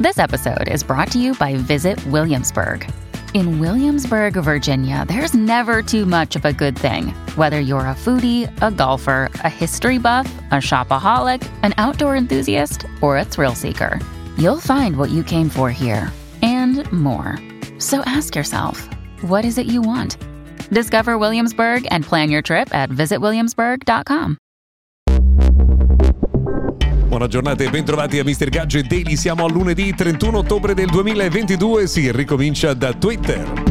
This episode is brought to you by Visit Williamsburg. In Williamsburg, Virginia, there's never too much of a good thing. Whether you're a foodie, a golfer, a history buff, a shopaholic, an outdoor enthusiast, or a thrill seeker, you'll find what you came for here and more. So ask yourself, what is it you want? Discover Williamsburg and plan your trip at visitwilliamsburg.com. Buona giornata e bentrovati a Mr. Gadget Daily. Siamo a lunedì 31 ottobre del 2022. Si ricomincia da Twitter.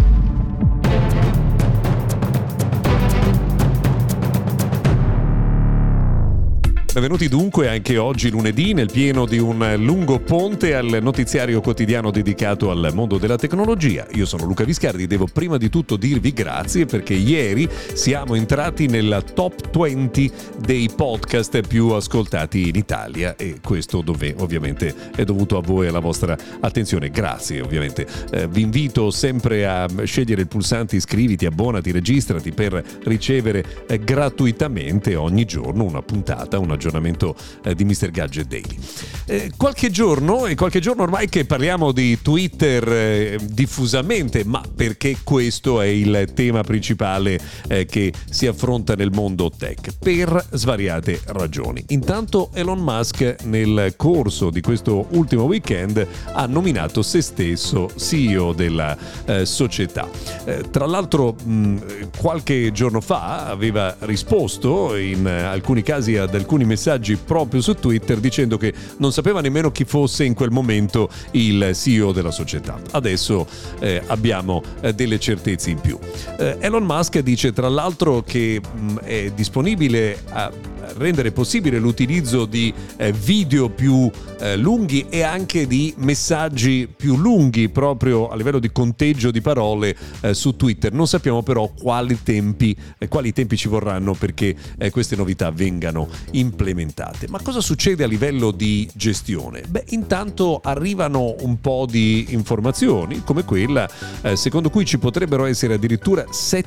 Benvenuti dunque anche oggi lunedì nel pieno di un lungo ponte al notiziario quotidiano dedicato al mondo della tecnologia. Io sono Luca Viscardi e devo prima di tutto dirvi grazie perché ieri siamo entrati nella top 20 dei podcast più ascoltati in Italia e questo ovviamente è dovuto a voi e alla vostra attenzione. Grazie ovviamente. Vi invito sempre a scegliere il pulsante iscriviti, abbonati, registrati per ricevere gratuitamente ogni giorno una puntata, un aggiornamento di Mr. Gadget Daily. Qualche giorno ormai che parliamo di Twitter diffusamente, ma perché questo è il tema principale che si affronta nel mondo tech, per svariate ragioni. Intanto Elon Musk nel corso di questo ultimo weekend ha nominato se stesso CEO della società. Tra l'altro qualche giorno fa aveva risposto in alcuni casi ad alcuni messaggi proprio su Twitter dicendo che non sapeva nemmeno chi fosse in quel momento il CEO della società. Adesso abbiamo delle certezze in più. Elon Musk dice tra l'altro che è disponibile a rendere possibile l'utilizzo di video più lunghi e anche di messaggi più lunghi proprio a livello di conteggio di parole su Twitter. Non sappiamo però quali tempi ci vorranno perché queste novità vengano implementate. Ma cosa succede a livello di gestione? Intanto arrivano un po' di informazioni come quella secondo cui ci potrebbero essere addirittura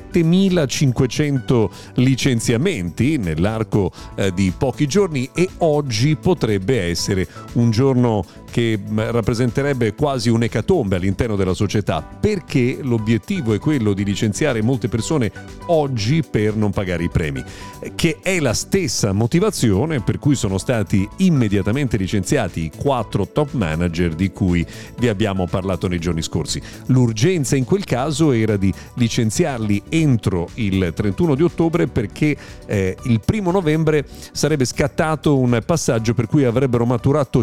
7.500 licenziamenti nell'arco di pochi giorni e oggi potrebbe essere un giorno che rappresenterebbe quasi un'ecatombe all'interno della società perché l'obiettivo è quello di licenziare molte persone oggi per non pagare i premi, che è la stessa motivazione per cui sono stati immediatamente licenziati i 4 top manager di cui vi abbiamo parlato nei giorni scorsi. L'urgenza in quel caso era di licenziarli entro il 31 di ottobre perché il 1 novembre sarebbe scattato un passaggio per cui avrebbero maturato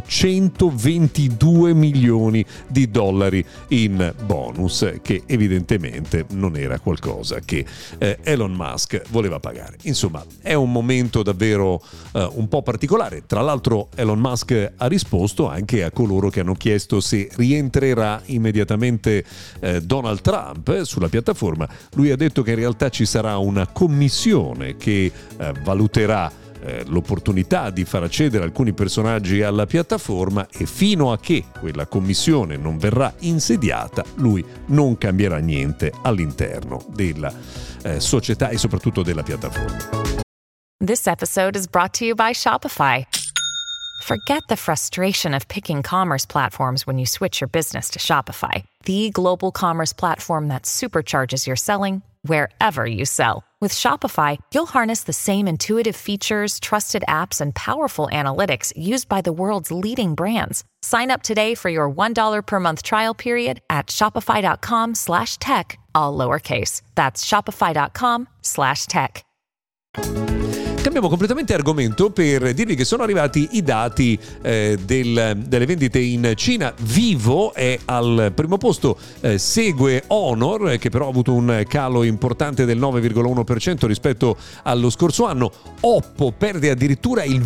122 milioni di dollari in bonus, che evidentemente non era qualcosa che Elon Musk voleva pagare. Insomma, è un momento davvero un po' particolare. Tra l'altro Elon Musk ha risposto anche a coloro che hanno chiesto se rientrerà immediatamente Donald Trump sulla piattaforma. Lui ha detto che in realtà ci sarà una commissione che valuterà l'opportunità di far accedere alcuni personaggi alla piattaforma e fino a che quella commissione non verrà insediata lui non cambierà niente all'interno della società e soprattutto della piattaforma. This episode is brought to you by Shopify. Forget the frustration of picking commerce platforms when you switch your business to Shopify, the global commerce platform that supercharges your selling wherever you sell. With Shopify, you'll harness the same intuitive features, trusted apps, and powerful analytics used by the world's leading brands. Sign up today for your $1 per month trial period at shopify.com/tech, all lowercase. That's shopify.com/tech. Cambiamo completamente argomento per dirvi che sono arrivati i dati delle vendite in Cina. Vivo è al primo posto, segue Honor che però ha avuto un calo importante del 9,1% rispetto allo scorso anno. Oppo perde addirittura il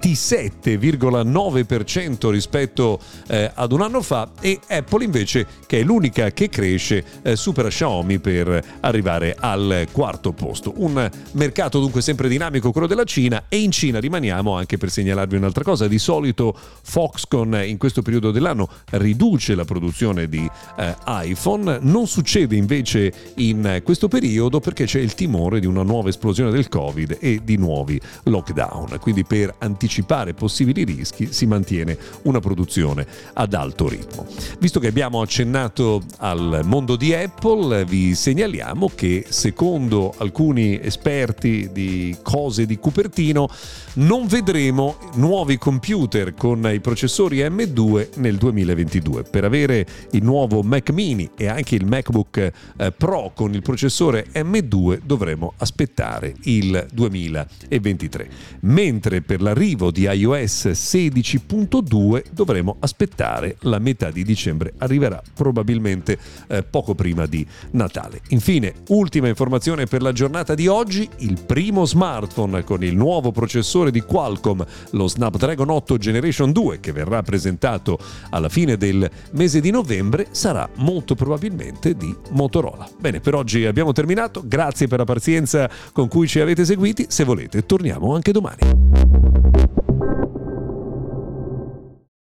27,9% rispetto ad un anno fa e Apple invece, che è l'unica che cresce, supera Xiaomi per arrivare al quarto posto. Un mercato dunque sempre dinamico, quello della Cina, e in Cina rimaniamo anche per segnalarvi un'altra cosa. Di solito Foxconn in questo periodo dell'anno riduce la produzione di iPhone, non succede invece in questo periodo perché c'è il timore di una nuova esplosione del Covid e di nuovi lockdown, quindi per anticipare possibili rischi si mantiene una produzione ad alto ritmo. Visto che abbiamo accennato al mondo di Apple, vi segnaliamo che secondo alcuni esperti di cose di Cupertino non vedremo nuovi computer con i processori M2 nel 2022. Per avere il nuovo Mac Mini e anche il MacBook Pro con il processore M2 dovremo aspettare il 2023, mentre per l'arrivo di iOS 16.2 dovremo aspettare la metà di dicembre, arriverà probabilmente poco prima di Natale. Infine, ultima informazione per la giornata di oggi: il primo smartphone con il nuovo processore di Qualcomm, lo Snapdragon 8 Generation 2, che verrà presentato alla fine del mese di novembre, sarà molto probabilmente di Motorola. Bene, per oggi abbiamo terminato, grazie per la pazienza con cui ci avete seguiti, se volete torniamo anche domani.